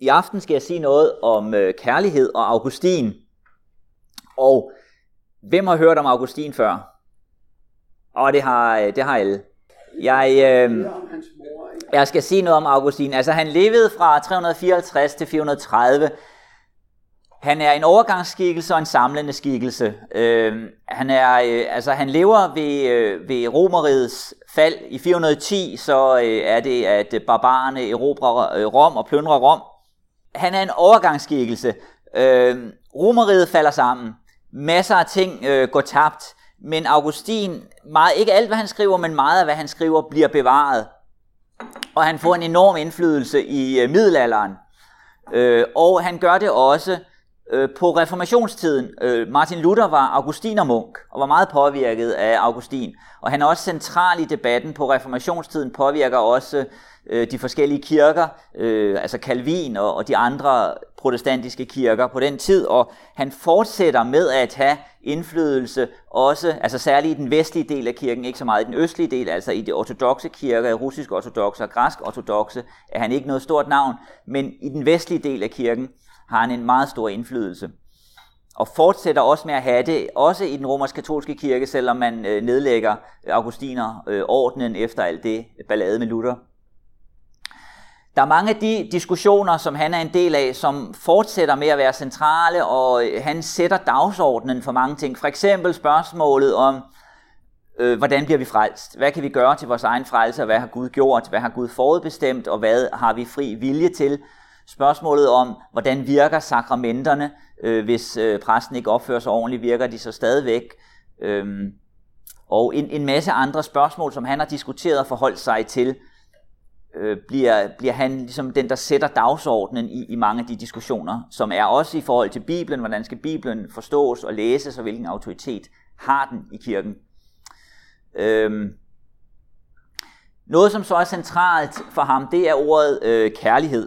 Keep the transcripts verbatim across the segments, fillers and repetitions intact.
I aften skal jeg sige noget om øh, kærlighed og Augustin. Og hvem har hørt om Augustin før? Og det har, det har alle. Jeg, øh, jeg skal sige noget om Augustin. Altså han levede fra tre hundrede fireoghalvtreds til fire hundrede tredive. Han er en overgangsskikkelse og en samlende skikkelse. Øh, han, er, øh, altså, han lever ved, øh, ved Romerrigets fald. I fire hundrede ti så øh, er det, at barbarerne erobrer øh, Rom og plyndrer Rom. Han er en overgangsskikkelse. Øh, Romerriget falder sammen. Masser af ting øh, går tabt. Men Augustin, meget, ikke alt hvad han skriver, men meget af hvad han skriver bliver bevaret. Og han får en enorm indflydelse i øh, middelalderen. Øh, og han gør det også øh, på reformationstiden. Øh, Martin Luther var augustinermunk og var meget påvirket af Augustin. Og han er også central i debatten på reformationstiden, påvirker også øh, de forskellige kirker, øh, altså Calvin og, og de andre protestantiske kirker på den tid. Og han fortsætter med at have indflydelse også, altså særligt i den vestlige del af kirken, ikke så meget i den østlige del, altså i de ortodokse kirker, russisk ortodokse og græsk ortodokse, er han ikke noget stort navn, men i den vestlige del af kirken har han en meget stor indflydelse. Og fortsætter også med at have det, også i den romersk-katolske kirke, selvom man øh, nedlægger augustinerordenen øh, efter alt det ballade med Luther. Der er mange af de diskussioner, som han er en del af, som fortsætter med at være centrale, og han sætter dagsordenen for mange ting. For eksempel spørgsmålet om, øh, hvordan bliver vi frelst? Hvad kan vi gøre til vores egen frelse, og hvad har Gud gjort? Hvad har Gud forudbestemt, og hvad har vi fri vilje til? Spørgsmålet om, hvordan virker sakramenterne? Øh, hvis øh, præsten ikke opfører sig ordentligt, virker de så stadigvæk? Øhm, og en, en masse andre spørgsmål, som han har diskuteret og forholdt sig til, øh, bliver, bliver han ligesom den, der sætter dagsordenen i, i mange af de diskussioner, som er også i forhold til Bibelen. Hvordan skal Bibelen forstås og læses, og hvilken autoritet har den i kirken? Øhm, noget, som så er centralt for ham, det er ordet øh, kærlighed.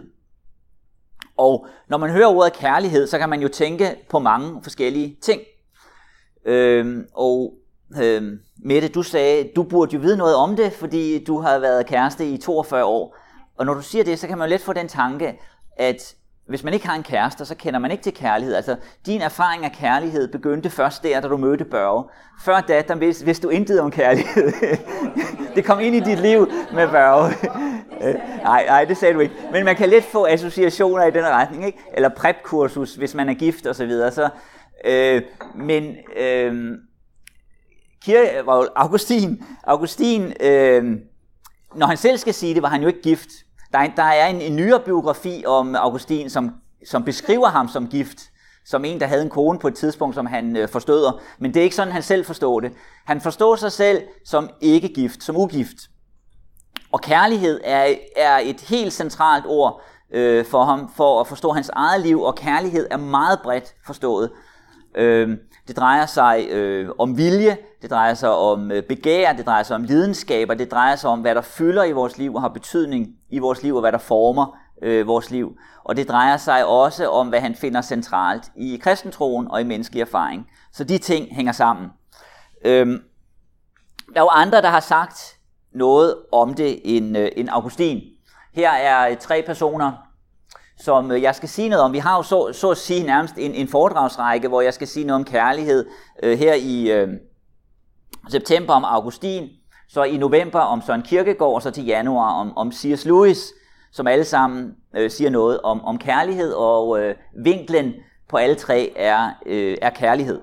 Og når man hører ordet kærlighed, så kan man jo tænke på mange forskellige ting. Øhm, og øhm, Mette, du sagde, du burde jo vide noget om det, fordi du har været kæreste i toogfyrre år. Og når du siger det, så kan man jo let få den tanke, at hvis man ikke har en kæreste, så kender man ikke til kærlighed. Altså, din erfaring af kærlighed begyndte først der, da du mødte Børge. Før da, der vidste, vidste du intet om kærlighed. Det kom ind i dit liv med Børge. Nej, nej, det sagde du ikke. Men man kan let få associationer i den retning, ikke? Eller prep-kursus, hvis man er gift og så videre. Så, øh, men øh, Kirke, Augustin, Augustin øh, når han selv skal sige det, var han jo ikke gift. Der er, der er en, en nyere biografi om Augustin, som, som beskriver ham som gift, som en, der havde en kone på et tidspunkt, som han øh, forstøder. Men det er ikke sådan, han selv forstår det. Han forstår sig selv som ikke gift, som ugift. Og kærlighed er, er et helt centralt ord øh, for ham, for at forstå hans eget liv, og kærlighed er meget bredt forstået. Øh, det drejer sig øh, om vilje, det drejer sig om øh, begær, det drejer sig om lidenskaber, det drejer sig om, hvad der fylder i vores liv og har betydning i vores liv, og hvad der former øh, vores liv. Og det drejer sig også om, hvad han finder centralt i kristentroen og i menneskelig erfaring. Så de ting hænger sammen. Øh, der er jo andre, der har sagt noget om det end, øh, end Augustin. Her er tre personer, som jeg skal sige noget om. Vi har jo så, så at sige nærmest en, en foredragsrække, hvor jeg skal sige noget om kærlighed øh, her i øh, september om Augustin, så i november om Søren Kierkegaard, og så til januar om, om C S Lewis, som alle sammen øh, siger noget om, om kærlighed, og øh, vinklen på alle tre er, øh, er kærlighed.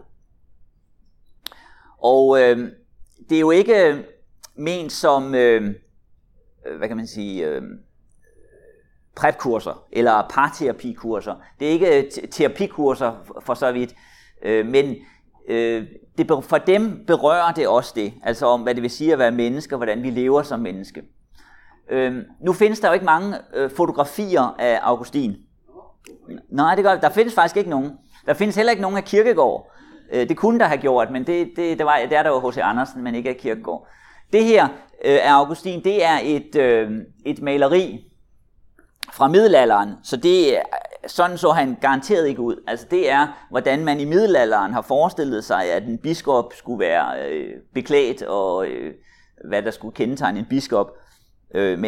Og øh, det er jo ikke ment som, øh, hvad kan man sige, øh, prep-kurser eller parterapikurser. Det er ikke terapikurser for så vidt, øh, men øh, det, for dem berører det også det, altså om hvad det vil sige at være menneske, og hvordan vi lever som menneske. Øh, nu findes der jo ikke mange øh, fotografier af Augustin. Nej, det gør, der findes faktisk ikke nogen. Der findes heller ikke nogen af Kierkegaard. Øh, det kunne der have gjort, men det, det, det, var, det er der jo H C Andersen, men ikke af Kierkegaard. Det her øh, af Augustin, det er et, øh, et maleri fra middelalderen, så det sådan så han garanteret ikke ud. Altså det er, hvordan man i middelalderen har forestillet sig, at en biskop skulle være øh, beklædt, og øh, hvad der skulle kendetegne en biskop. Øh, men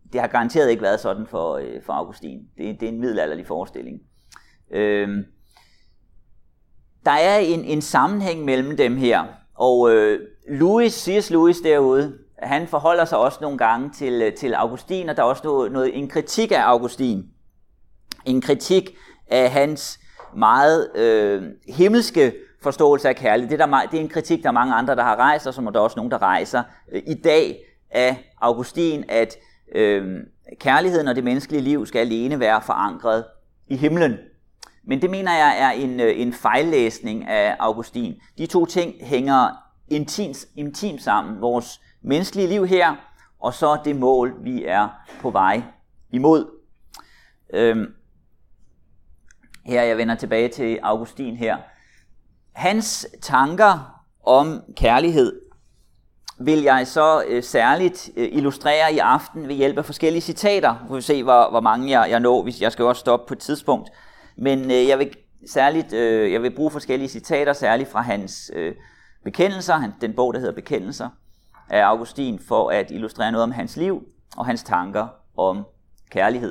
det har garanteret ikke været sådan for, øh, for Augustin. Det, det er en middelalderlig forestilling. Øh, der er en, en sammenhæng mellem dem her, og øh, Lewis, C S Lewis derude, han forholder sig også nogle gange til, til Augustin, og der er også noget, noget, en kritik af Augustin. En kritik af hans meget øh, himmelske forståelse af kærlighed. Det er, der, det er en kritik, der er mange andre, der har rejst, og så må der også nogen, der rejser øh, i dag af Augustin, at øh, kærligheden og det menneskelige liv skal alene være forankret i himlen. Men det mener jeg er en, en fejllæsning af Augustin. De to ting hænger intimt, intimt sammen. Vores menneskelige liv her, og så det mål, vi er på vej imod. Øhm, her, jeg vender tilbage til Augustin her. Hans tanker om kærlighed vil jeg så øh, særligt øh, illustrere i aften ved hjælp af forskellige citater. Vi får se, hvor, hvor mange jeg, jeg når, hvis jeg skal også stoppe på et tidspunkt. Men øh, jeg vil særligt, øh, jeg vil bruge forskellige citater, særligt fra hans øh, bekendelser, han, den bog, der hedder Bekendelser af Augustin, for at illustrere noget om hans liv og hans tanker om kærlighed.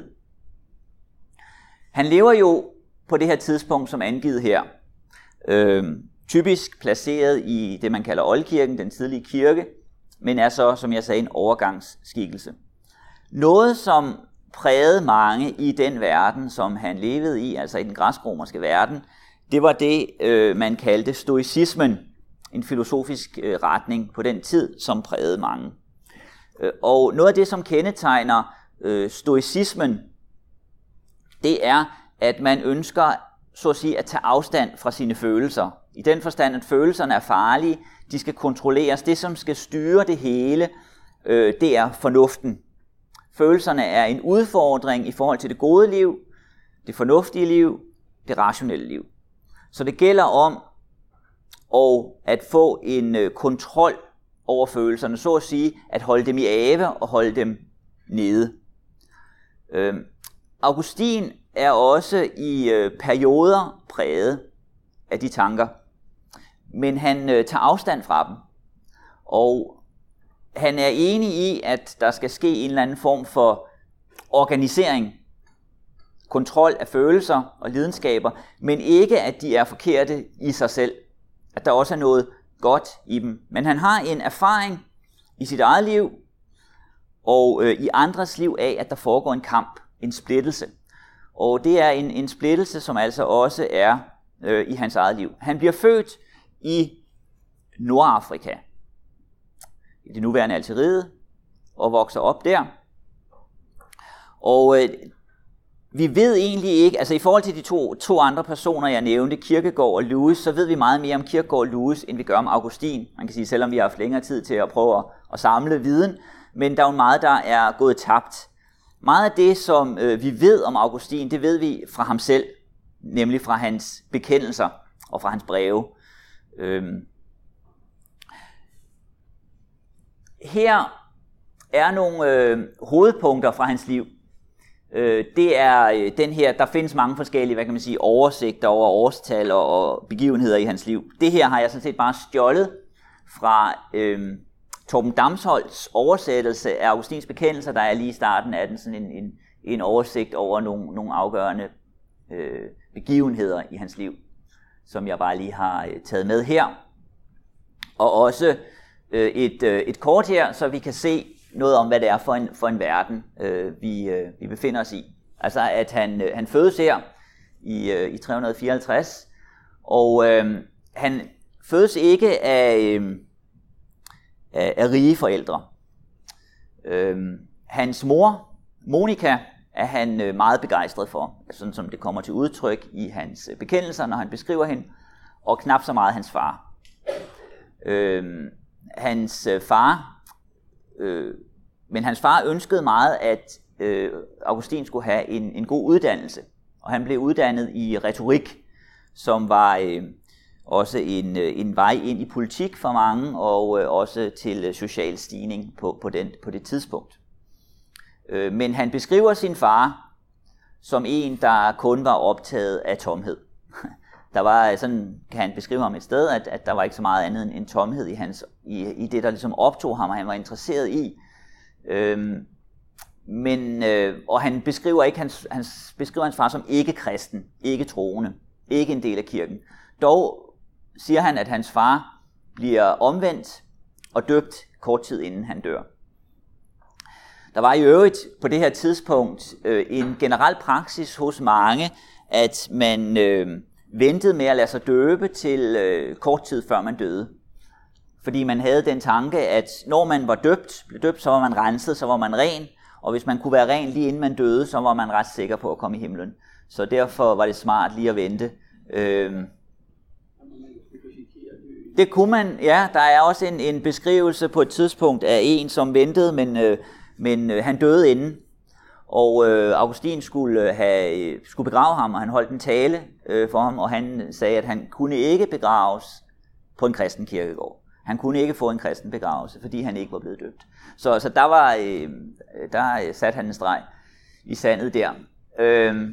Han lever jo på det her tidspunkt, som angivet her, øh, typisk placeret i det, man kalder oldkirken, den tidlige kirke, men er så, som jeg sagde, en overgangsskikkelse. Noget, som prægede mange i den verden, som han levede i, altså i den græsk-romerske verden, det var det, øh, man kaldte stoicismen, en filosofisk øh, retning på den tid, som prægede mange. Øh, og noget af det, som kendetegner øh, stoicismen, det er, at man ønsker, så at sige, at tage afstand fra sine følelser. I den forstand, at følelserne er farlige, de skal kontrolleres. Det, som skal styre det hele, øh, det er fornuften. Følelserne er en udfordring i forhold til det gode liv, det fornuftige liv, det rationelle liv. Så det gælder om og at få en øh, kontrol over følelserne, så at sige, at holde dem i ave og holde dem nede. Øh, Augustin er også i øh, perioder præget af de tanker, men han øh, tager afstand fra dem, og han er enig i, at der skal ske en eller anden form for organisering, kontrol af følelser og lidenskaber, men ikke at de er forkerte i sig selv, at der også er noget godt i dem. Men han har en erfaring i sit eget liv og øh, i andres liv af, at der foregår en kamp, en splittelse. Og det er en, en splittelse, som altså også er øh, i hans eget liv. Han bliver født i Nordafrika, i det nuværende Algeriet, og vokser op der. Og øh, vi ved egentlig ikke, altså i forhold til de to, to andre personer, jeg nævnte, Kierkegaard og Lewis, så ved vi meget mere om Kierkegaard og Lewis, end vi gør om Augustin. Man kan sige, selvom vi har haft længere tid til at prøve at, at samle viden, men der er jo meget, der er gået tabt. Meget af det, som øh, vi ved om Augustin, det ved vi fra ham selv, nemlig fra hans bekendelser og fra hans breve. Øhm. Her er nogle øh, hovedpunkter fra hans liv. Øh, det er øh, den her, der findes mange forskellige, hvad kan man sige, oversigter over årstal og, og begivenheder i hans liv. Det her har jeg sådan set bare stjålet fra øh, Torben Damsholts oversættelse af Augustins bekendelser. Der er lige i starten af den sådan en, en, en oversigt over nogle, nogle afgørende øh, begivenheder i hans liv, som jeg bare lige har øh, taget med her. Og også øh, et, øh, et kort her, så vi kan se noget om, hvad det er for en, for en verden, øh, vi, øh, vi befinder os i. Altså, at han, øh, han fødes her i, øh, i tre hundrede og fireoghalvtreds, og øh, han fødes ikke af, øh, af, af rige forældre. Øh, hans mor, Monika, er han øh, meget begejstret for, sådan som det kommer til udtryk i hans øh, bekendelser, når han beskriver hende, og knap så meget hans far. Øh, hans øh, far, øh, men hans far ønskede meget, at øh, Augustin skulle have en, en god uddannelse, og han blev uddannet i retorik, som var øh, også en, øh, en vej ind i politik for mange, og øh, også til øh, social stigning på, på, den, på det tidspunkt. Øh, men han beskriver sin far som en, der kun var optaget af tomhed. Der var, sådan kan han beskrive ham et sted, at, at der var ikke så meget andet end tomhed i, hans, i, i det, der ligesom optog ham, og han var interesseret i. Øhm, men, øh, og han beskriver, ikke hans, han beskriver hans far som ikke-kristen, ikke-troende, ikke en del af kirken. Dog siger han, at hans far bliver omvendt og døbt kort tid inden han dør. Der var i øvrigt på det her tidspunkt øh, en generel praksis hos mange, at man øh, ventede med at lade sig døbe til øh, kort tid før man døde. Fordi man havde den tanke, at når man var døbt, blev døbt, så var man renset, så var man ren. Og hvis man kunne være ren lige inden man døde, så var man ret sikker på at komme i himlen. Så derfor var det smart lige at vente. Øh, det kunne man, ja, der er også en, en beskrivelse på et tidspunkt af en, som ventede, men, øh, men øh, han døde inden. Og øh, Augustin skulle, have, skulle begrave ham, og han holdt en tale øh, for ham, og han sagde, at han kunne ikke begraves på en kristen kirkegård. Han kunne ikke få en kristen begravelse, fordi han ikke var blevet døbt. Så, så der, var, øh, der satte han en streg i sandet der. Øh,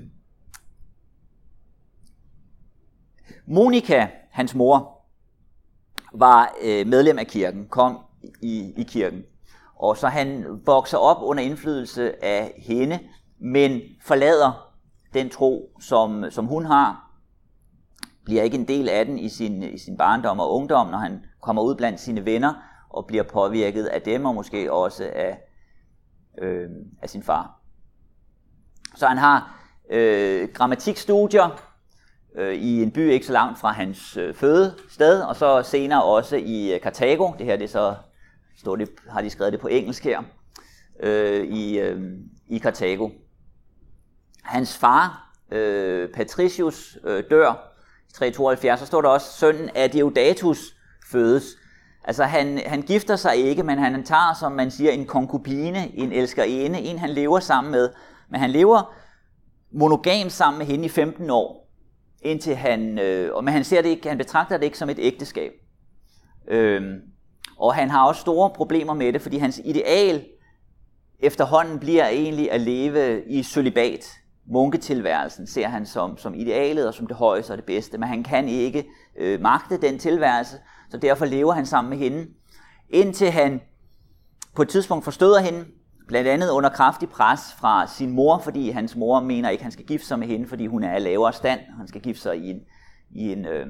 Monika, hans mor, var øh, medlem af kirken, kom i, i kirken. Og så han vokser op under indflydelse af hende, men forlader den tro, som, som hun har, bliver ikke en del af den i sin, i sin barndom og ungdom, når han kommer ud blandt sine venner og bliver påvirket af dem, og måske også af, øh, af sin far. Så han har øh, grammatikstudier øh, i en by ikke så langt fra hans øh, fødested, og så senere også i Karthago. Det her det er så står det, har de skrevet det på engelsk her, øh, i, øh, i Karthago. Hans far, øh, Patricius, øh, dør i tre tooghalvfjerds, så står der også, sønnen af Deodatus fødes. Altså han, han gifter sig ikke, men han tager, som man siger, en konkubine, en elskerinde, en han lever sammen med. Men han lever monogam sammen med hende i femten år, indtil han, øh, men han ser det ikke, han betragter det ikke som et ægteskab. Øh, Og han har også store problemer med det, fordi hans ideal efterhånden bliver egentlig at leve i cølibat. Munketilværelsen ser han som, som idealet og som det højeste og det bedste, men han kan ikke øh, magte den tilværelse, så derfor lever han sammen med hende, indtil han på et tidspunkt forstøder hende, blandt andet under kraftig pres fra sin mor, fordi hans mor mener ikke, at han skal gifte sig med hende, fordi hun er af lavere stand, han skal gifte sig i en... I en øh,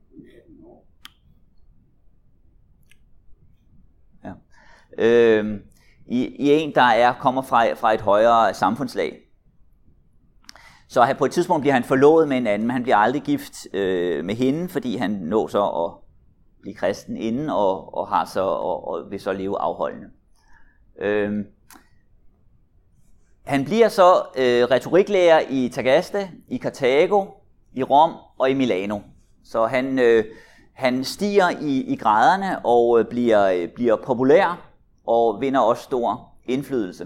Øh, i, i en, der er kommer fra, fra et højere samfundslag. Så han, på et tidspunkt bliver han forlovet med en anden, men han bliver aldrig gift øh, med hende, fordi han når så at blive kristen inden, og, og, har så, og, og vil så leve afholdende. Øh, han bliver så øh, retoriklærer i Tagaste, i Karthago, i Rom og i Milano. Så han, øh, han stiger i, i graderne og øh, bliver, øh, bliver populær, og vinder også stor indflydelse.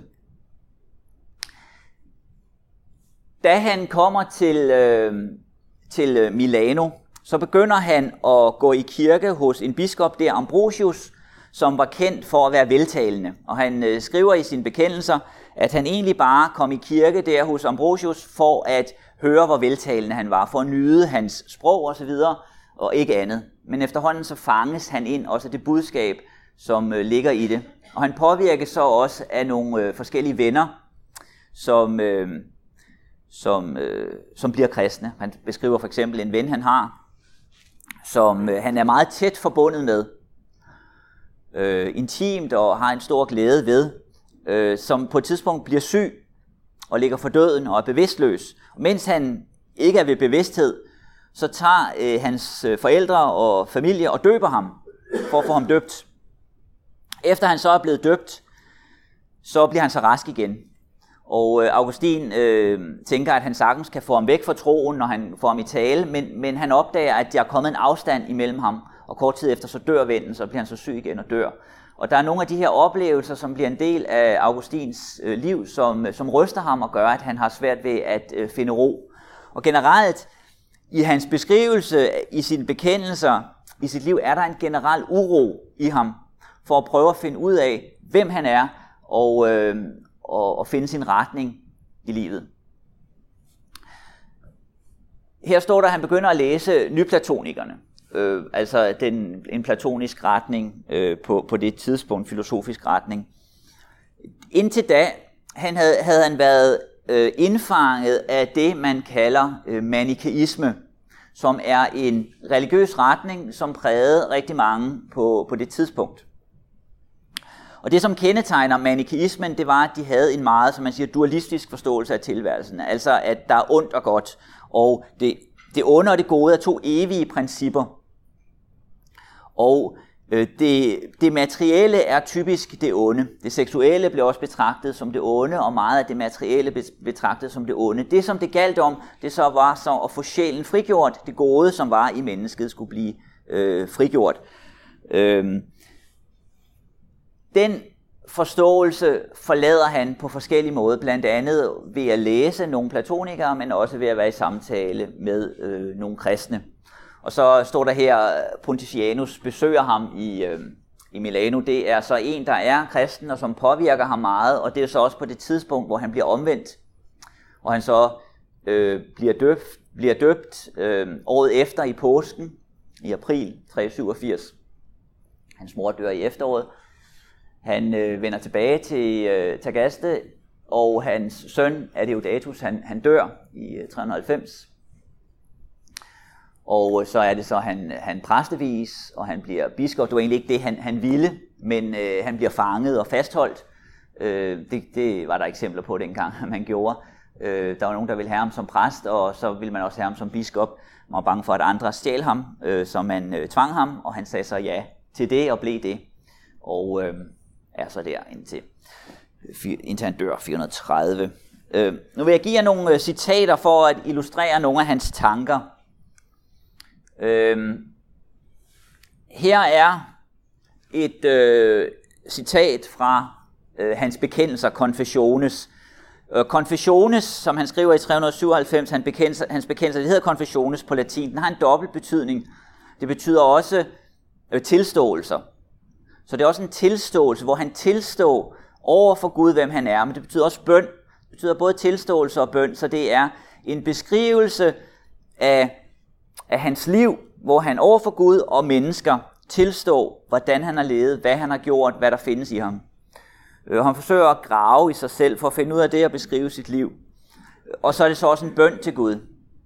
Da han kommer til, øh, til Milano, så begynder han at gå i kirke hos en biskop der, Ambrosius, som var kendt for at være veltalende. Og han øh, skriver i sine bekendelser, at han egentlig bare kom i kirke der hos Ambrosius for at høre, hvor veltalende han var, for at nyde hans sprog osv., og ikke andet. Men efterhånden så fanges han ind også det budskab, som øh, ligger i det. Og han påvirkes så også af nogle øh, forskellige venner, som, øh, som, øh, som bliver kristne. Han beskriver for eksempel en ven, han har, som øh, han er meget tæt forbundet med, øh, intimt og har en stor glæde ved, øh, som på et tidspunkt bliver syg og ligger for døden og er bevidstløs. Og mens han ikke er ved bevidsthed, så tager øh, hans forældre og familie og døber ham for at få ham døbt. Efter han så er blevet døbt, så bliver han så rask igen. Og øh, Augustin øh, tænker, at han sagtens kan få ham væk fra troen, når han får ham i tale, men, men han opdager, at der er kommet en afstand imellem ham, og kort tid efter så dør vennen, så bliver han så syg igen og dør. Og der er nogle af de her oplevelser, som bliver en del af Augustins øh, liv, som, som ryster ham og gør, at han har svært ved at øh, finde ro. Og generelt, i hans beskrivelse, i sine bekendelser, i sit liv, er der en generel uro i ham, for at prøve at finde ud af, hvem han er, og, øh, og, og finde sin retning i livet. Her står der, at han begynder at læse nyplatonikerne, øh, altså den, en platonisk retning øh, på, på det tidspunkt, filosofisk retning. Indtil da han havde, havde han været øh, indfanget af det, man kalder øh, manikæisme, som er en religiøs retning, som prægede rigtig mange på, på det tidspunkt. Og det, som kendetegner manikæismen, det var, at de havde en meget, som man siger, dualistisk forståelse af tilværelsen. Altså, at der er ondt og godt, og det, det onde og det gode er to evige principper. Og øh, det, det materielle er typisk det onde. Det seksuelle blev også betragtet som det onde, og meget af det materielle betragtet som det onde. Det, som det galt om, det så var så at få sjælen frigjort. Det gode, som var i mennesket, skulle blive øh, frigjort. Øh, Den forståelse forlader han på forskellige måder, blandt andet ved at læse nogle platonikere, men også ved at være i samtale med øh, nogle kristne. Og så står der her, Pontifianus besøger ham i, øh, i Milano. Det er så en, der er kristen, og som påvirker ham meget, og det er så også på det tidspunkt, hvor han bliver omvendt. Og han så øh, bliver døbt, bliver døbt øh, året efter i påsken, i april tre syvogfirs. Hans mor dør i efteråret. Han øh, vender tilbage til øh, Tagaste, og hans søn, Adeodatus, han, han dør i øh, tre hundrede og halvfems. Og øh, så er det så, han, han præstevis, og han bliver biskop. Det var egentlig ikke det, han, han ville, men øh, han bliver fanget og fastholdt. Øh, det, det var der eksempler på dengang, man gjorde. Øh, der var nogen, der ville have ham som præst, og så ville man også have ham som biskop. Man var bange for, at andre stjal ham, øh, så man øh, tvang ham, og han sagde så ja til det og blev det. Og øh, er så der indtil, indtil han dør fire hundrede og tredive. Øh, nu vil jeg give jer nogle øh, citater for at illustrere nogle af hans tanker. Øh, her er et øh, citat fra øh, hans bekendelser, Confessiones. Øh, Confessiones, som han skriver i tre hundrede og syvoghalvfems, han bekendelser, hans bekendelser, det hedder Confessiones på latin. Den har en dobbelt betydning. Det betyder også øh, tilståelser. Så det er også en tilståelse, hvor han tilstår over for Gud, hvem han er. Men det betyder også bøn. Det betyder både tilståelse og bøn. Så det er en beskrivelse af, af hans liv, hvor han over for Gud og mennesker tilstår, hvordan han har levet, hvad han har gjort, hvad der findes i ham. Og han forsøger at grave i sig selv for at finde ud af det og beskrive sit liv. Og så er det så også en bøn til Gud.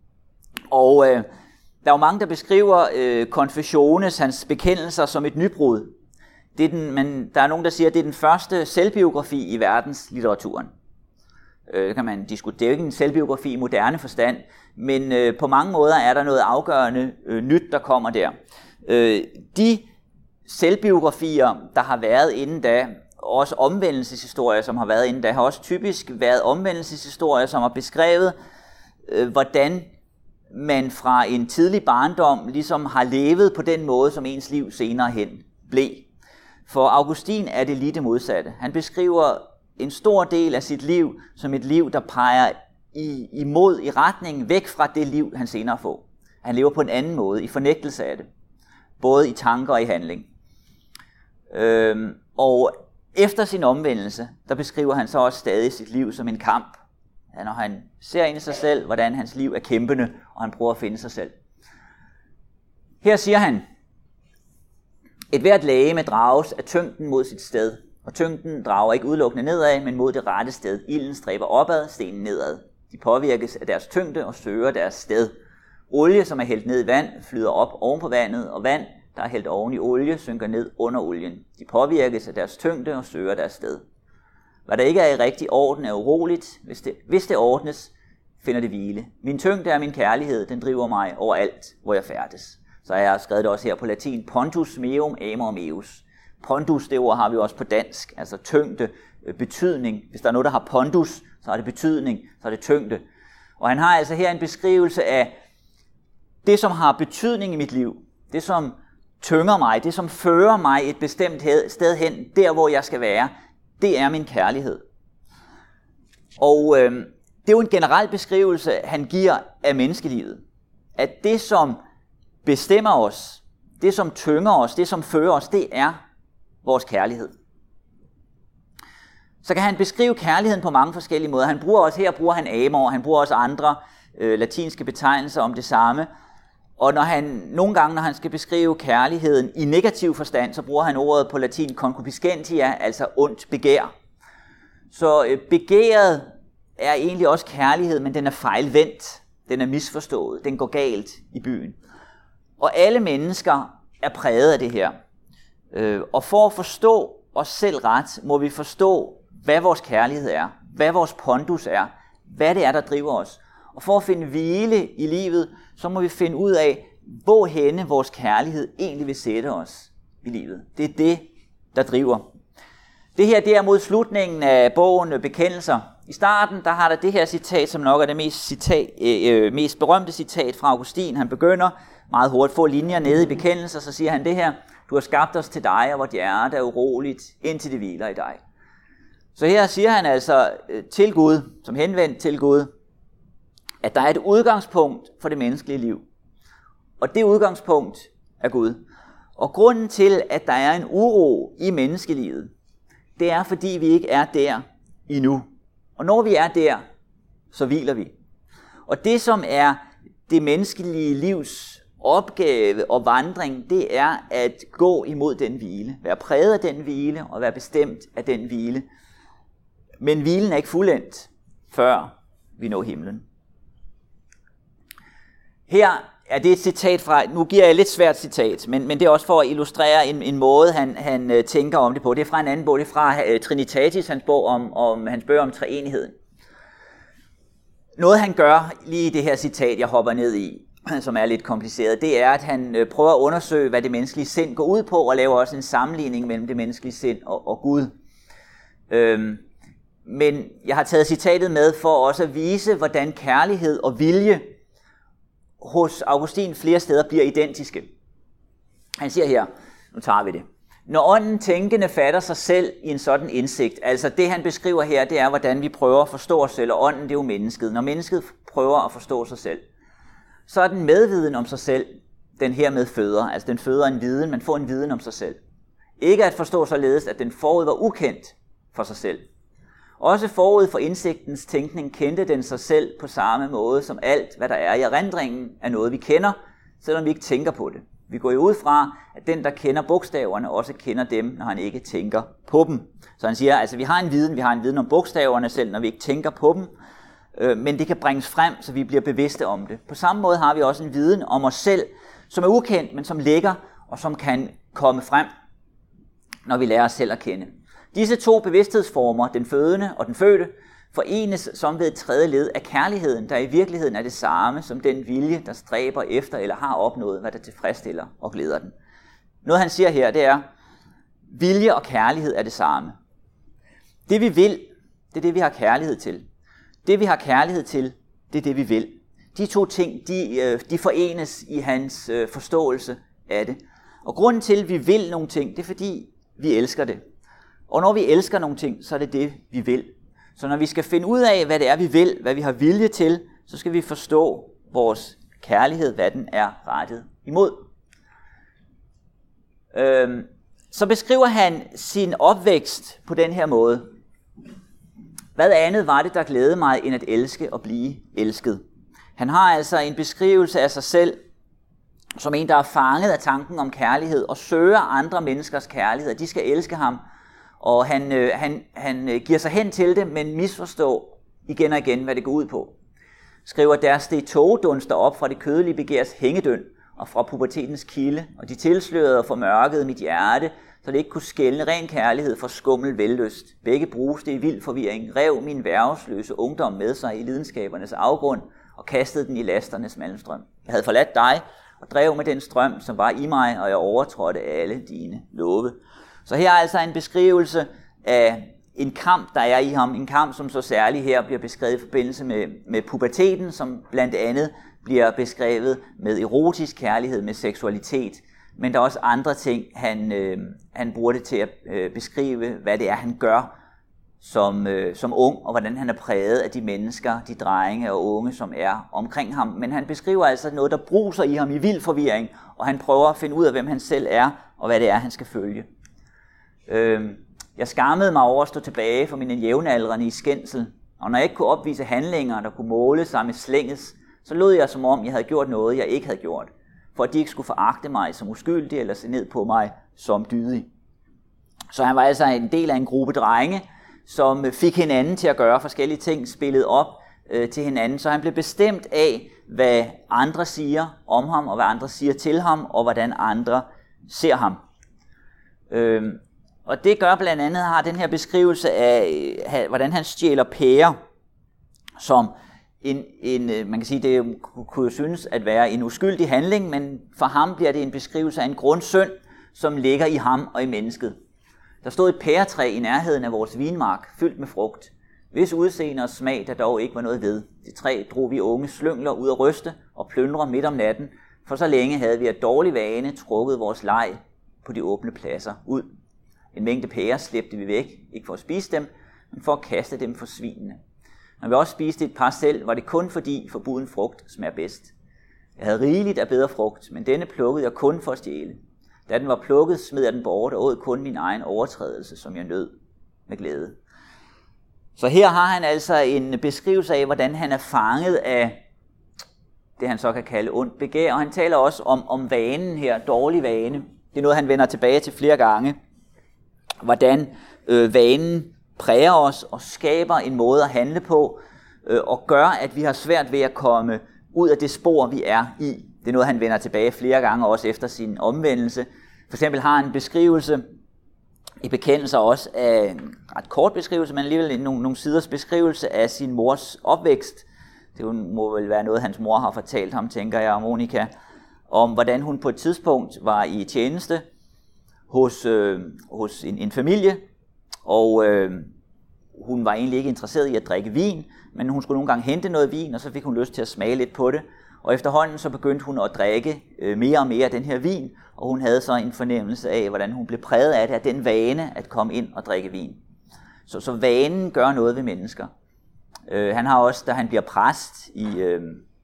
Og øh, der er jo mange, der beskriver øh, Confessiones, hans bekendelser, som et nybrud. Det er den, men der er nogen, der siger, at det er den første selvbiografi i verdenslitteraturen. Øh, kan man diskutere. Det er jo ikke en selvbiografi i moderne forstand, men øh, på mange måder er der noget afgørende øh, nyt, der kommer der. Øh, de selvbiografier, der har været inden da, også omvendelseshistorier, som har været inden da, har også typisk været omvendelseshistorier, som har beskrevet, øh, hvordan man fra en tidlig barndom ligesom har levet på den måde, som ens liv senere hen blev. For Augustin er det lige det modsatte. Han beskriver en stor del af sit liv som et liv, der peger i, imod, i retningen væk fra det liv, han senere får. Han lever på en anden måde, i fornægtelse af det. Både i tanker og i handling. Øhm, og efter sin omvendelse, der beskriver han så også stadig sit liv som en kamp. Ja, når han ser ind i sig selv, hvordan hans liv er kæmpende, og han prøver at finde sig selv. Her siger han, et hvert legeme drages af tyngden mod sit sted, og tyngden drager ikke udelukkende nedad, men mod det rette sted. Ilden stræber opad, stenen nedad. De påvirkes af deres tyngde og søger deres sted. Olie, som er hældt ned i vand, flyder op oven på vandet, og vand, der er hældt oven i olie, synker ned under olien. De påvirkes af deres tyngde og søger deres sted. Hvad der ikke er i rigtig orden er uroligt. Hvis det, hvis det ordnes, finder det hvile. Min tyngde er min kærlighed, den driver mig overalt, hvor jeg færdes. Så jeg har skrevet det også her på latin, pontus meum amor meus. Pondus, det ord har vi også på dansk, altså tyngde, betydning. Hvis der er noget, der har pondus, så er det betydning, så er det tyngde. Og han har altså her en beskrivelse af det, som har betydning i mit liv, det som tynger mig, det som fører mig et bestemt sted hen, der hvor jeg skal være, det er min kærlighed. Og øh, det er jo en generel beskrivelse, han giver af menneskelivet. At det, som bestemmer os, det som tynger os, det som fører os, det er vores kærlighed. Så kan han beskrive kærligheden på mange forskellige måder. Han bruger også her, bruger han amor, han bruger også andre øh, latinske betegnelser om det samme. Og når han, nogle gange, når han skal beskrive kærligheden i negativ forstand, så bruger han ordet på latin concupiscentia, altså ondt begær. Så øh, begæret er egentlig også kærlighed, men den er fejlvendt. Den er misforstået. Den går galt i byen. Og alle mennesker er præget af det her. Øh, og for at forstå os selv ret, må vi forstå, hvad vores kærlighed er, hvad vores pondus er, hvad det er, der driver os. Og for at finde hvile i livet, så må vi finde ud af, hvorhenne vores kærlighed egentlig vil sætte os i livet. Det er det, der driver. Det her, det er mod slutningen af bogen Bekendelser. I starten, der har der det her citat, som nok er det mest, citat, øh, mest berømte citat fra Augustin. Han begynder meget hurtigt få linjer nede i Bekendelser, så siger han det her: du har skabt os til dig, og vort hjerte er uroligt, indtil det hviler i dig. Så her siger han altså til Gud, som henvendt til Gud, at der er et udgangspunkt for det menneskelige liv. Og det udgangspunkt er Gud. Og grunden til, at der er en uro i menneskelivet, det er, fordi vi ikke er der endnu. Og når vi er der, så hviler vi. Og det, som er det menneskelige livs opgave og vandring, det er at gå imod den hvile. Være præget af den hvile og være bestemt af den hvile. Men hvilen er ikke fuldendt, før vi når himlen. Her er det et citat fra, nu giver jeg et lidt svært citat, men, men det er også for at illustrere en, en måde, han, han uh, tænker om det på. Det er fra en anden bog, det er fra uh, Trinitatis, hans bog om, om, hans bøger om treenigheden. Noget han gør lige i det her citat, jeg hopper ned i, som er lidt kompliceret, det er, at han uh, prøver at undersøge, hvad det menneskelige sind går ud på, og laver også en sammenligning mellem det menneskelige sind og, og Gud. Øhm, men jeg har taget citatet med for også at vise, hvordan kærlighed og vilje hos Augustin flere steder bliver identiske. Han siger her, nu tager vi det. Når ånden tænkende fatter sig selv i en sådan indsigt, altså det han beskriver her, det er, hvordan vi prøver at forstå os selv, og ånden det er jo mennesket. Når mennesket prøver at forstå sig selv, så er den medviden om sig selv, den her med føder, altså den føder en viden, man får en viden om sig selv. Ikke at forstå således, at den forud var ukendt for sig selv. Også forud for indsigtens tænkning kendte den sig selv på samme måde som alt, hvad der er i erindringen, er noget, vi kender, selvom vi ikke tænker på det. Vi går jo ud fra, at den, der kender bogstaverne, også kender dem, når han ikke tænker på dem. Så han siger, altså vi har en viden, vi har en viden om bogstaverne selv, når vi ikke tænker på dem, øh, men det kan bringes frem, så vi bliver bevidste om det. På samme måde har vi også en viden om os selv, som er ukendt, men som ligger, og som kan komme frem, når vi lærer os selv at kende. Disse to bevidsthedsformer, den fødende og den fødte, forenes som ved et tredje led af kærligheden, der i virkeligheden er det samme som den vilje, der stræber efter eller har opnået, hvad der tilfredsstiller og glæder den. Noget han siger her, det er, vilje og kærlighed er det samme. Det vi vil, det er det vi har kærlighed til. Det vi har kærlighed til, det er det vi vil. De to ting, de, de forenes i hans forståelse af det. Og grunden til, at vi vil nogle ting, det er fordi, vi elsker det. Og når vi elsker nogle ting, så er det det, vi vil. Så når vi skal finde ud af, hvad det er, vi vil, hvad vi har vilje til, så skal vi forstå vores kærlighed, hvad den er rettet imod. Øhm, så beskriver han sin opvækst på den her måde. Hvad andet var det, der glædede mig, end at elske og blive elsket? Han har altså en beskrivelse af sig selv, som en, der er fanget af tanken om kærlighed, og søger andre menneskers kærlighed, at de skal elske ham. Og han, øh, han, han øh, giver sig hen til det, men misforstår igen og igen, hvad det går ud på. Skriver, der steg tågedunster op fra det kødelige begærs hængedøn og fra pubertetens kilde, og de tilslørede og formørkede mit hjerte, så det ikke kunne skelne ren kærlighed for skummel vellyst. Begge bruste i vild forvirring, rev min værgesløse ungdom med sig i lidenskabernes afgrund og kastede den i lasternes malmstrøm. Jeg havde forladt dig og drev med den strøm, som var i mig, og jeg overtrådte alle dine love. Så her er altså en beskrivelse af en kamp, der er i ham. En kamp, som så særligt her bliver beskrevet i forbindelse med, med puberteten, som blandt andet bliver beskrevet med erotisk kærlighed, med seksualitet. Men der er også andre ting, han, øh, han bruger det til at øh, beskrive, hvad det er, han gør som, øh, som ung, og hvordan han er præget af de mennesker, de drenge og unge, som er omkring ham. Men han beskriver altså noget, der bruser i ham i vild forvirring, og han prøver at finde ud af, hvem han selv er, og hvad det er, han skal følge. Jeg skammede mig over at stå tilbage for mine jævnaldrende i skændsel, og når jeg ikke kunne opvise handlinger, der kunne måle sig med slænges, så lød jeg som om, jeg havde gjort noget, jeg ikke havde gjort, for at de ikke skulle foragte mig som uskyldig eller se ned på mig som dydig. Så han var altså en del af en gruppe drenge, som fik hinanden til at gøre forskellige ting, spillede op øh, til hinanden. Så han blev bestemt af, hvad andre siger om ham, og hvad andre siger til ham, og hvordan andre ser ham. Øh, og det gør blandt andet, har den her beskrivelse af, hvordan han stjæler pærer, som en, en, man kan sige, det kunne jo synes at være en uskyldig handling, men for ham bliver det en beskrivelse af en grundsynd, som ligger i ham og i mennesket. Der stod et pæretræ i nærheden af vores vinmark, fyldt med frugt, hvis udseende og smag der dog ikke var noget ved. Det træ drog vi unge slyngler ud at ryste og plyndre midt om natten, for så længe havde vi af dårlig vane trukket vores leg på de åbne pladser ud. En mængde pærer slæbte vi væk, ikke for at spise dem, men for at kaste dem for svinene. Når vi også spiste et par selv, var det kun fordi forbuden frugt smager bedst. Jeg havde rigeligt af bedre frugt, men denne plukkede jeg kun for at stjæle. Da den var plukket, smed jeg den bort og åd kun min egen overtrædelse, som jeg nød med glæde. Så her har han altså en beskrivelse af, hvordan han er fanget af det, han så kan kalde ondt begær. Og han taler også om, om vanen her, dårlig vane. Det er noget, han vender tilbage til flere gange. Hvordan øh, vanen præger os og skaber en måde at handle på, øh, og gør, at vi har svært ved at komme ud af det spor, vi er i. Det er noget, han vender tilbage flere gange, også efter sin omvendelse. For eksempel har han en beskrivelse i bekendelser også af en ret kort beskrivelse, men alligevel nogle, nogle siders beskrivelse af sin mors opvækst. Det må vel være noget, hans mor har fortalt ham, tænker jeg, Monika, om hvordan hun på et tidspunkt var i tjeneste hos, øh, hos en, en familie, og øh, hun var egentlig ikke interesseret i at drikke vin, men hun skulle nogle gange hente noget vin, og så fik hun lyst til at smage lidt på det. Og efterhånden så begyndte hun at drikke øh, mere og mere af den her vin, og hun havde så en fornemmelse af, hvordan hun blev præget af det, af den vane at komme ind og drikke vin. Så, så vanen gør noget ved mennesker. Øh, han har også, da han bliver præst i, øh,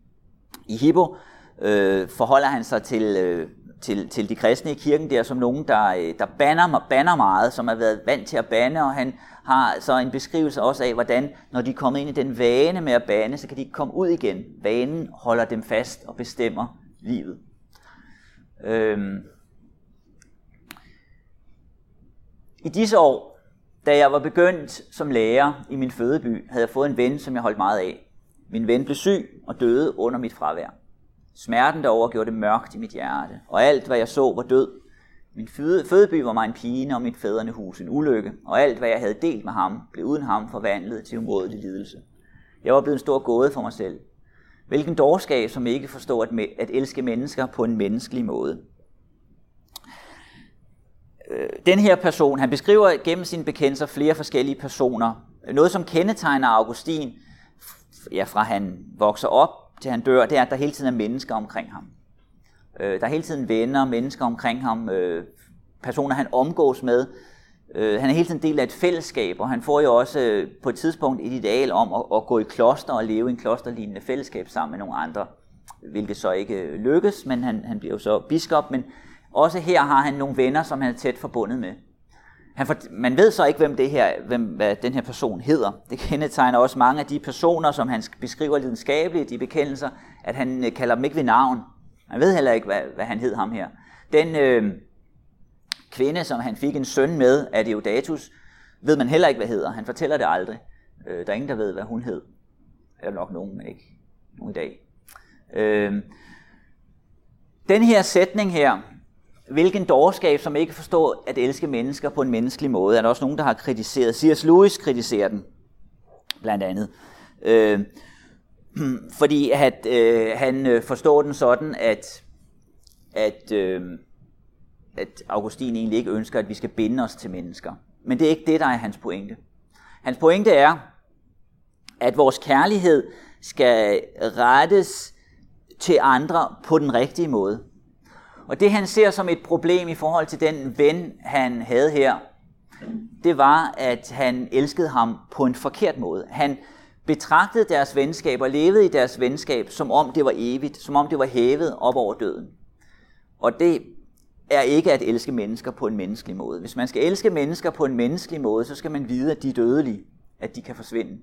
i Hippo, øh, forholder han sig til, øh, til, til de kristne i kirken der som nogen, der, der banner, banner meget, som har været vant til at bande, og han har så en beskrivelse også af, hvordan når de er kommet ind i den vane med at bande, så kan de ikke komme ud igen. Vanen holder dem fast og bestemmer livet. Øhm. I disse år, da jeg var begyndt som lærer i min fødeby, havde jeg fået en ven, som jeg holdt meget af. Min ven blev syg og døde under mit fravær. Smerten derover gjorde det mørkt i mit hjerte, og alt hvad jeg så var død. Min fødeby var mig en pine, og mit fædrene hus en ulykke, og alt hvad jeg havde delt med ham, blev uden ham forvandlet til umådelig lidelse. Jeg var blevet en stor gåde for mig selv. Hvilken dårskab, som ikke forstår at, at elske mennesker på en menneskelig måde. Den her person, han beskriver gennem sine bekendelser flere forskellige personer. Noget, som kendetegner Augustin, ja, fra han vokser op til han dør, det er, at der hele tiden er mennesker omkring ham. Der er hele tiden venner, mennesker omkring ham, personer han omgås med. Han er hele tiden del af et fællesskab, og han får jo også på et tidspunkt et ideal om at, at gå i kloster og leve i en klosterlignende fællesskab sammen med nogle andre, hvilket så ikke lykkes, men han, han bliver jo så biskop. Men også her har han nogle venner, som han er tæt forbundet med. Han for, man ved så ikke, hvem, det her, hvem hvad den her person hedder. Det kendetegner også mange af de personer, som han beskriver lidenskabeligt i bekendelser, at han kalder dem ikke ved navn. Man ved heller ikke, hvad, hvad han hed ham her. Den øh, kvinde, som han fik en søn med af Deodatus, ved man heller ikke, hvad hedder. Han fortæller det aldrig. Øh, der er ingen, der ved, hvad hun hed. Eller nok nogen, men ikke nogen i dag. Øh, den her sætning her, hvilken dårskab, som ikke forstår at elske mennesker på en menneskelig måde, er der også nogen, der har kritiseret. C S Lewis kritiserer den, blandt andet. Øh, fordi at, øh, han forstår den sådan, at, at, øh, at Augustin egentlig ikke ønsker, at vi skal binde os til mennesker. Men det er ikke det, der er hans pointe. Hans pointe er, at vores kærlighed skal rettes til andre på den rigtige måde. Og det han ser som et problem i forhold til den ven, han havde her, det var, at han elskede ham på en forkert måde. Han betragtede deres venskab og levede i deres venskab, som om det var evigt, som om det var hævet op over døden. Og det er ikke at elske mennesker på en menneskelig måde. Hvis man skal elske mennesker på en menneskelig måde, så skal man vide, at de er dødelige, at de kan forsvinde.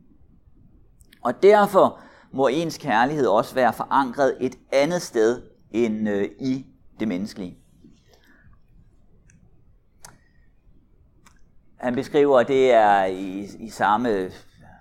Og derfor må ens kærlighed også være forankret et andet sted end øh, i det menneskelige. han beskriver, det er i, i samme øh,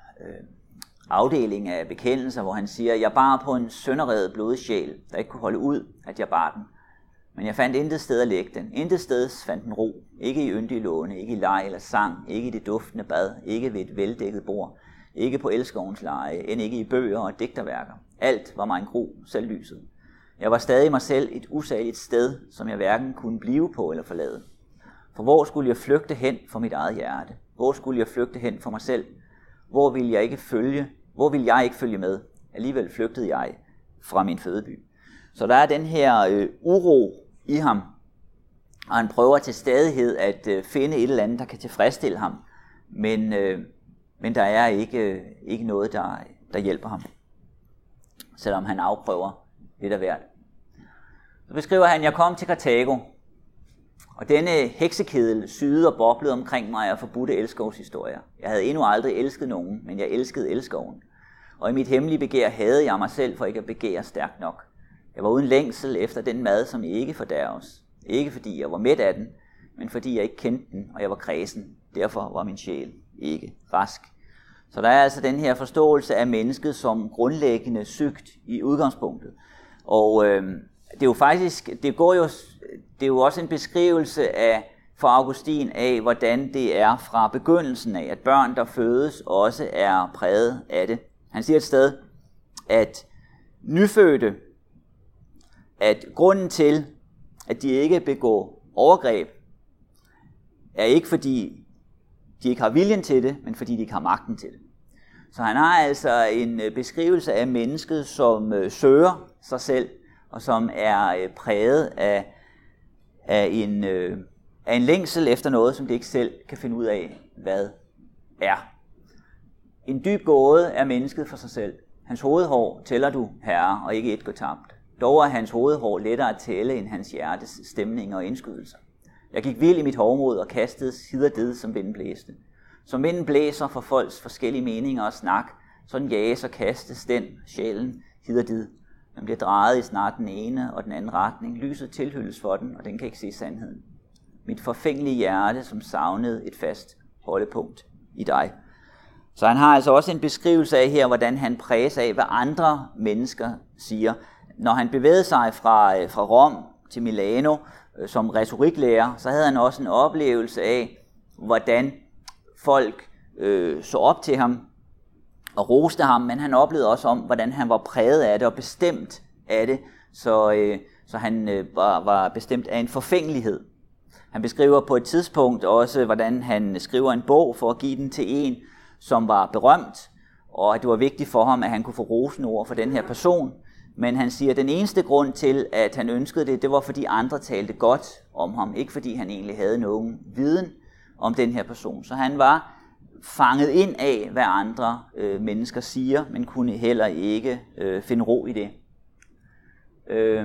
afdeling af bekendelser, hvor han siger, jeg bar på en sønderrevet blodig sjæl, der ikke kunne holde ud, at jeg bar den. Men jeg fandt intet sted at lægge den. Intet sted fandt den ro. Ikke i yndige låne, ikke i leg eller sang, ikke i det duftende bad, ikke ved et veldækket bord, ikke på elskovens leje, end ikke i bøger og digterværker. Alt var mig en gro, selv lyset. Jeg var stadig mig selv et usageligt sted, som jeg hverken kunne blive på eller forlade. For hvor skulle jeg flygte hen for mit eget hjerte? Hvor skulle jeg flygte hen for mig selv? Hvor ville jeg ikke følge? Hvor ville jeg ikke følge med? Alligevel flygtede jeg fra min fødeby. Så der er den her øh, uro i ham, og han prøver til stadighed at øh, finde et eller andet, der kan tilfredsstille ham, men, øh, men der er ikke, øh, ikke noget, der, der hjælper ham, selvom han afprøver lidt af hvert. Så beskriver han, jeg kom til Karthago, og denne heksekedel syede og boblede omkring mig og forbudte elskovshistorier. Jeg havde endnu aldrig elsket nogen, men jeg elskede elskoven. Og i mit hemmelige begær havde jeg mig selv for ikke at begære stærkt nok. Jeg var uden længsel efter den mad, som ikke fordærves. Ikke fordi jeg var mæt af den, men fordi jeg ikke kendte den, og jeg var kræsen. Derfor var min sjæl ikke rask. Så der er altså den her forståelse af mennesket som grundlæggende sygt i udgangspunktet. Og øh, det er jo faktisk, det går jo, det er jo også en beskrivelse af, for Augustin af, hvordan det er fra begyndelsen af, at børn, der fødes, også er præget af det. Han siger et sted, at nyfødte, at grunden til, at de ikke begår overgreb, er ikke fordi de ikke har viljen til det, men fordi de ikke har magten til det. Så han har altså en beskrivelse af mennesket, som øh, søger sig selv, og som er øh, præget af, af, en, øh, af en længsel efter noget, som det ikke selv kan finde ud af, hvad er. En dyb gåde er mennesket for sig selv. Hans hovedhår tæller du, herre, og ikke et går tabt. Dog er hans hovedhår lettere at tælle end hans hjertes stemninger og indskydelser. Jeg gik vild i mit hovmod og kastede hid og did, som vinden blæste. Som vinden blæser for folks forskellige meninger og snak, sådan jages og kastes den, sjælen, hid og did. Den bliver drejet i snart den ene og den anden retning. Lyset tilhyldes for den, og den kan ikke se sandheden. Mit forfængelige hjerte, som savnede et fast holdepunkt i dig. Så han har altså også en beskrivelse af her, hvordan han præges af, hvad andre mennesker siger. Når han bevægede sig fra, fra Rom til Milano øh, som retoriklærer, så havde han også en oplevelse af, hvordan folk øh, så op til ham og roste ham, men han oplevede også om, hvordan han var præget af det og bestemt af det, så, øh, så han øh, var, var bestemt af en forfængelighed. Han beskriver på et tidspunkt også, hvordan han skriver en bog for at give den til en, som var berømt, og at det var vigtigt for ham, at han kunne få rosende ord for den her person. Men han siger, at den eneste grund til, at han ønskede det, det var fordi andre talte godt om ham, ikke fordi han egentlig havde nogen viden om den her person. Så han var fanget ind af, hvad andre øh, mennesker siger, men kunne heller ikke øh, finde ro i det. Øh,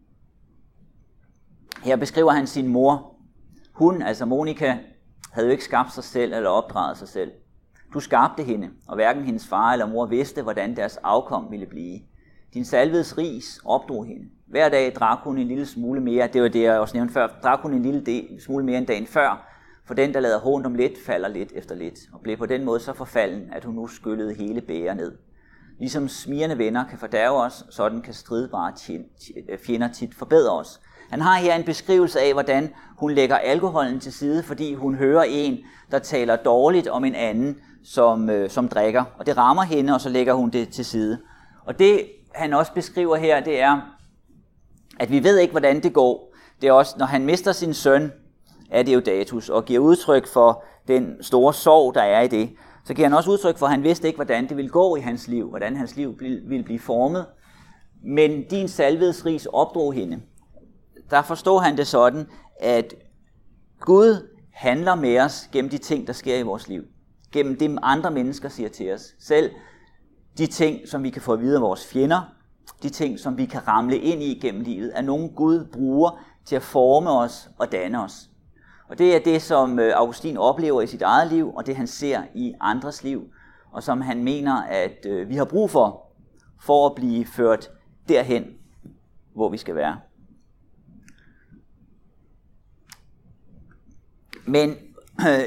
her beskriver han sin mor. Hun, altså Monika, havde jo ikke skabt sig selv eller opdraget sig selv. Du skabte hende, og hverken hendes far eller mor vidste, hvordan deres afkom ville blive. Din salvedes ris opdrog hende. Hver dag drak hun en lille smule mere, det var det, jeg også nævnte før, drak hun en lille del, smule mere end dagen før, for den, der lader hånd om lidt, falder lidt efter lidt, og blev på den måde så forfalden, at hun nu skyllede hele bæger ned. Ligesom smirrende venner kan fordærve os, sådan kan stridbare fjender tit forbedre os. Han har her en beskrivelse af, hvordan hun lægger alkoholen til side, fordi hun hører en, der taler dårligt om en anden, som, øh, som drikker, og det rammer hende, og så lægger hun det til side. Og det, han også beskriver her, det er, at vi ved ikke, hvordan det går. Det er også, når han mister sin søn, er Deodatus, og giver udtryk for den store sorg, der er i det. Så giver han også udtryk for, at han vidste ikke, hvordan det ville gå i hans liv, hvordan hans liv ville blive formet. Men din salvedes ris opdrog hende. Der forstår han det sådan, at Gud handler med os gennem de ting, der sker i vores liv. Gennem det, andre mennesker siger til os. Selv de ting, som vi kan få at vide af vores fjender, de ting, som vi kan ramle ind i gennem livet, er nogen Gud bruger til at forme os og danne os. Og det er det, som Augustin oplever i sit eget liv, og det han ser i andres liv, og som han mener, at vi har brug for, for at blive ført derhen, hvor vi skal være. Men øh,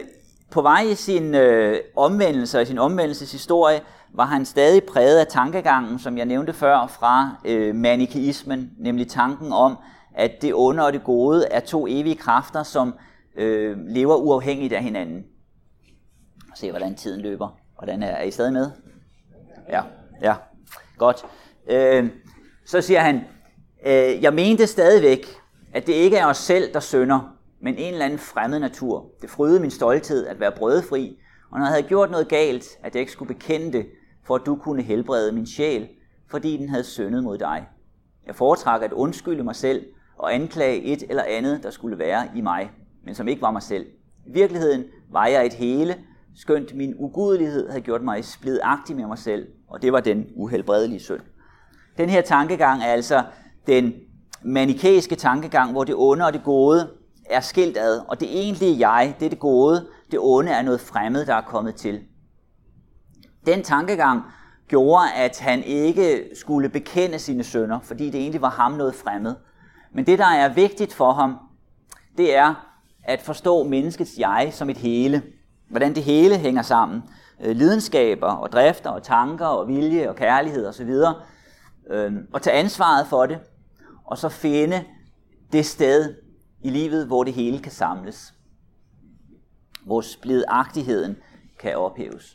på vej i sin øh, omvendelse og sin omvendelseshistorie, var han stadig præget af tankegangen, som jeg nævnte før, fra øh, manikeismen, nemlig tanken om, at det onde og det gode er to evige kræfter, som øh, lever uafhængigt af hinanden. Se, hvordan tiden løber. Hvordan er, er I stadig med? Ja, ja, godt. Øh, så siger han, øh, jeg mente stadigvæk, at det ikke er os selv, der synder, men en eller anden fremmed natur. Det frydede min stolthed at være brødefri, og når jeg havde gjort noget galt, at jeg ikke skulle bekende det, for at du kunne helbrede min sjæl, fordi den havde syndet mod dig. Jeg foretrækker at undskylde mig selv og anklage et eller andet, der skulle være i mig, men som ikke var mig selv. I virkeligheden var jeg et hele, skønt min ugudelighed havde gjort mig splidagtig med mig selv, og det var den uhelbredelige synd. Den her tankegang er altså den manikæiske tankegang, hvor det onde og det gode er skilt ad, og det egentlige jeg, det er det gode, det onde er noget fremmed, der er kommet til. Den tankegang gjorde, at han ikke skulle bekende sine synder, fordi det egentlig var ham noget fremmed. Men det, der er vigtigt for ham, det er at forstå menneskets jeg som et hele. Hvordan det hele hænger sammen. Lidenskaber og drifter og tanker og vilje og kærlighed osv. Og tage ansvaret for det, og så finde det sted i livet, hvor det hele kan samles. Hvor splidagtigheden kan ophæves.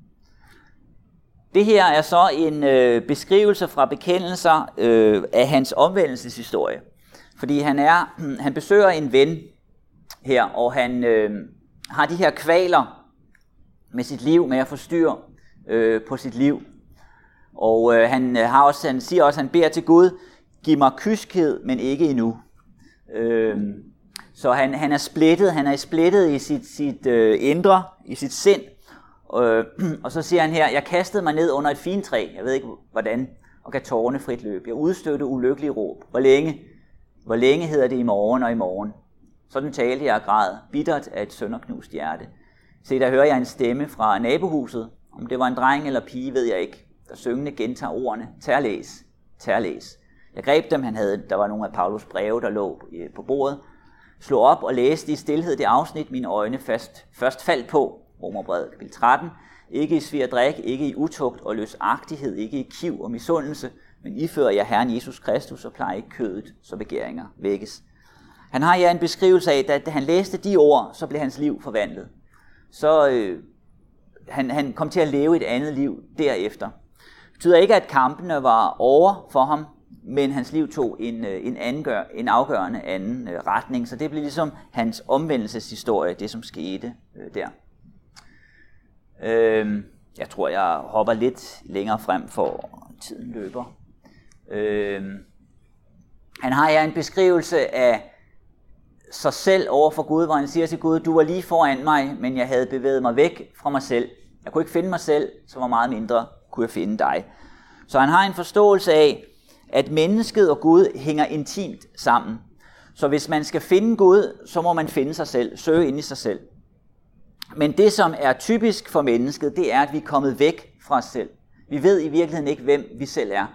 Det her er så en øh, beskrivelse fra bekendelser øh, af hans omvendelseshistorie. Fordi han, er, han besøger en ven her, og han øh, har de her kvaler med sit liv, med at få styr øh, på sit liv. Og øh, han, har også, han siger også, at han beder til Gud, giv mig kyskhed, men ikke endnu. Øh, så han, han er splittet, han er splittet i sit, sit øh, indre, i sit sind. Øh, og så siger han her, jeg kastede mig ned under et fintræ, jeg ved ikke hvordan, og gav tårerne frit løb. Jeg udstødte ulykkelige råb. Hvor længe? Hvor længe hedder det i morgen og i morgen? Sådan talte jeg og græd, bittert af et sønderknust hjerte. Se, der hører jeg en stemme fra nabohuset. Om det var en dreng eller pige, ved jeg ikke. Der syngende gentager ordene, tag og læs, tag og læs. Jeg greb dem, han havde, der var nogle af Paulus breve, der lå på bordet. Slog op og læste i stilhed det afsnit, mine øjne fast, først faldt på. Romerbrevet kapitel tretten. Ikke i svir og drik, ikke i utugt og løsagtighed, ikke i kiv og misundelse, men ifører jeg Herren Jesus Kristus og plejer ikke kødet, så begæringer vækkes. Han har ja en beskrivelse af, at da han læste de ord, så blev hans liv forvandlet. Så øh, han, han kom til at leve et andet liv derefter. Det betyder ikke, at kampene var over for ham, men hans liv tog en, en, angør, en afgørende anden øh, retning, så det blev ligesom hans omvendelseshistorie, det som skete øh, der. Øh, jeg tror, jeg hopper lidt længere frem, for tiden løber. Øh, han har ja en beskrivelse af sig selv over for Gud, hvor han siger til Gud, du var lige foran mig, men jeg havde bevæget mig væk fra mig selv. Jeg kunne ikke finde mig selv, så var meget mindre kunne jeg finde dig. Så han har en forståelse af, at mennesket og Gud hænger intimt sammen. Så hvis man skal finde Gud, så må man finde sig selv, søge ind i sig selv. Men det, som er typisk for mennesket, det er, at vi er kommet væk fra os selv. Vi ved i virkeligheden ikke, hvem vi selv er.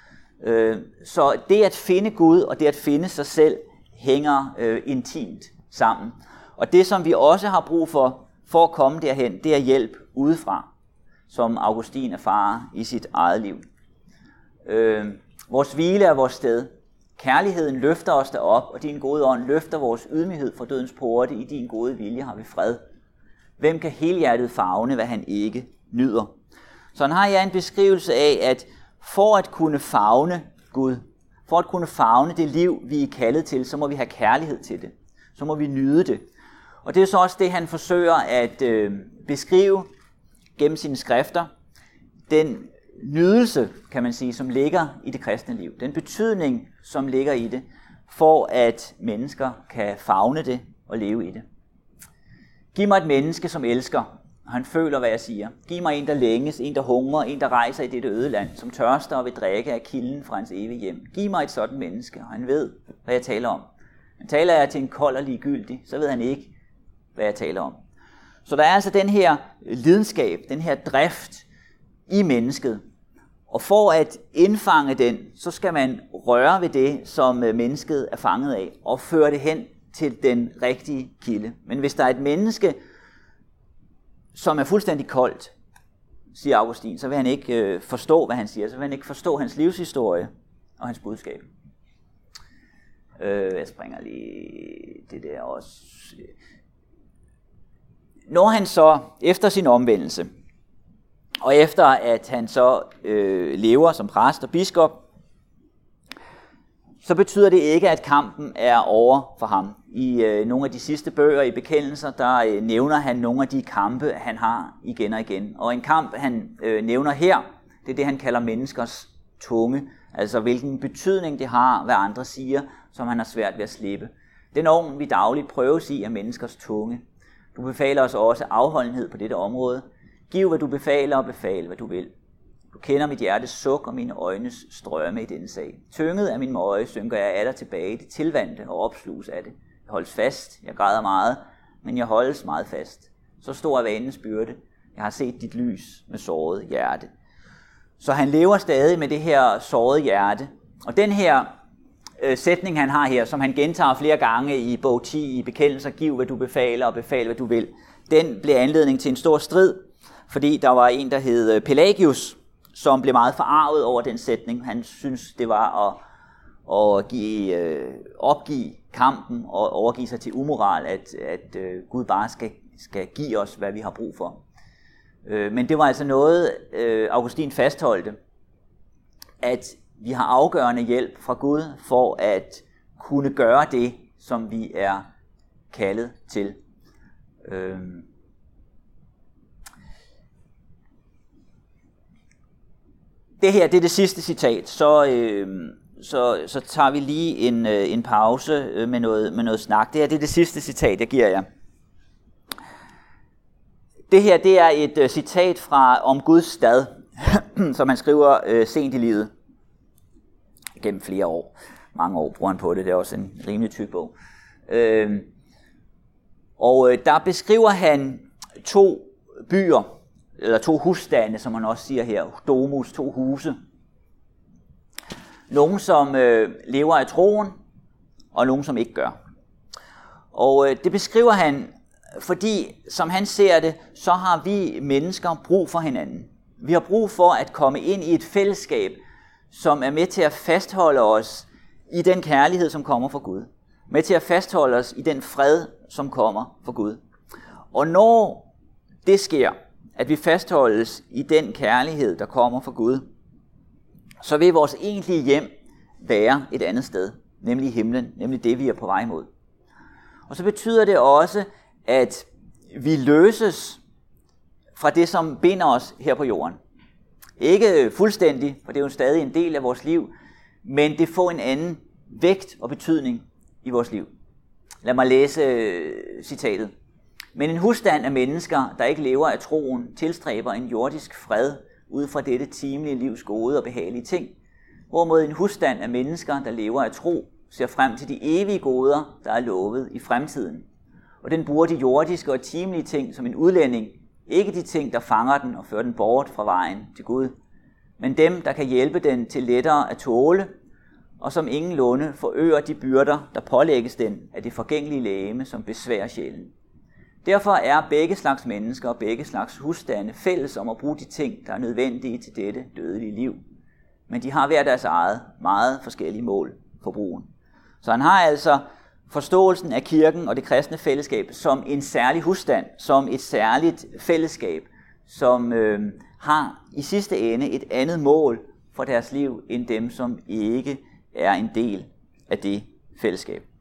Så det at finde Gud og det at finde sig selv hænger øh, intimt sammen. Og det, som vi også har brug for, for at komme derhen, det er hjælp udefra, som Augustin erfarer i sit eget liv. Øh, vores hvile er vores sted. Kærligheden løfter os derop, og din gode ånd løfter vores ydmyghed fra dødens porte. I din gode vilje har vi fred. Hvem kan helhjertet favne, hvad han ikke nyder? Så han har ja en beskrivelse af, at for at kunne favne Gud, for at kunne favne det liv, vi er kaldet til, så må vi have kærlighed til det. Så må vi nyde det. Og det er så også det, han forsøger at øh, beskrive gennem sine skrifter. Den nydelse, kan man sige, som ligger i det kristne liv. Den betydning, som ligger i det, for at mennesker kan favne det og leve i det. Giv mig et menneske, som elsker, og han føler, hvad jeg siger. Giv mig en, der længes, en, der hungrer, en, der rejser i dette øde land, som tørster og vil drikke af kilden fra hans evige hjem. Giv mig et sådan menneske, og han ved, hvad jeg taler om. Men taler jeg til en kold og ligegyldig, så ved han ikke, hvad jeg taler om. Så der er altså den her lidenskab, den her drift i mennesket. Og for at indfange den, så skal man røre ved det, som mennesket er fanget af, og føre det hen til den rigtige kilde. Men hvis der er et menneske, som er fuldstændig koldt, siger Augustin, så vil han ikke øh, forstå, hvad han siger, så vil han ikke forstå hans livshistorie og hans budskab. Øh, jeg springer lige det der også. Når han så, efter sin omvendelse, og efter at han så øh, lever som præst og biskop, så betyder det ikke, at kampen er over for ham. I øh, nogle af de sidste bøger i bekendelser, der øh, nævner han nogle af de kampe, han har igen og igen. Og en kamp, han øh, nævner her, det er det, han kalder menneskers tunge. Altså hvilken betydning det har, hvad andre siger, som han har svært ved at slippe. Den ovn, vi dagligt prøves i, er menneskers tunge. Du befaler os også afholdenhed på dette område. Giv, hvad du befaler, og befal, hvad du vil. Du kender mit hjertes suk og mine øjnes strømme i denne sag. Tynget af min møje synker jeg af dig tilbage i det tilvandte og opsluges af det. Jeg holdes fast, jeg græder meget, men jeg holdes meget fast. Så stor er vanens byrde. Jeg har set dit lys med såret hjerte. Så han lever stadig med det her sårede hjerte. Og den her øh, sætning, han har her, som han gentager flere gange i bog ti i bekendelser, giv hvad du befaler og befal hvad du vil, den blev anledning til en stor strid, fordi der var en, der hed Pelagius, som blev meget forarvet over den sætning. Han synes, det var at, at give, øh, opgive kampen og overgive sig til umoral, at, at øh, Gud bare skal, skal give os, hvad vi har brug for. Øh, men det var altså noget, øh, Augustin fastholdte, at vi har afgørende hjælp fra Gud for at kunne gøre det, som vi er kaldet til. Øh, Det her, det er det sidste citat, så, øh, så, så tager vi lige en, øh, en pause øh, med, noget, med noget snak. Det her, det er det sidste citat, jeg giver jer. Det her, det er et øh, citat fra Om Guds stad, som han skriver øh, sent i livet. Gennem flere år. Mange år bruger han på det, det er også en rimelig tyk bog. Øh, og øh, der beskriver han to byer, eller to husstande, som man også siger her, domus, to huse. Nogle, som øh, lever af troen, og nogle, som ikke gør. Og øh, det beskriver han, fordi, som han ser det, så har vi mennesker brug for hinanden. Vi har brug for at komme ind i et fællesskab, som er med til at fastholde os i den kærlighed, som kommer fra Gud. Med til at fastholde os i den fred, som kommer fra Gud. Og når det sker, at vi fastholdes i den kærlighed, der kommer fra Gud, så vil vores egentlige hjem være et andet sted, nemlig himlen, nemlig det, vi er på vej mod. Og så betyder det også, at vi løses fra det, som binder os her på jorden. Ikke fuldstændig, for det er jo stadig en del af vores liv, men det får en anden vægt og betydning i vores liv. Lad mig læse citatet. Men en husstand af mennesker, der ikke lever af troen, tilstræber en jordisk fred ud fra dette timelige livs gode og behagelige ting, hvorimod en husstand af mennesker, der lever af tro, ser frem til de evige goder, der er lovet i fremtiden. Og den bruger de jordiske og timelige ting som en udlænding, ikke de ting, der fanger den og fører den bort fra vejen til Gud, men dem, der kan hjælpe den til lettere at tåle, og som ingenlunde forøger de byrder, der pålægges den af det forgængelige legeme, som besværer sjælen. Derfor er begge slags mennesker og begge slags husstande fælles om at bruge de ting, der er nødvendige til dette dødelige liv. Men de har hver deres eget, meget forskellige mål for brugen. Så han har altså forståelsen af kirken og det kristne fællesskab som en særlig husstand, som et særligt fællesskab, som øh, har i sidste ende et andet mål for deres liv, end dem, som ikke er en del af det fællesskab.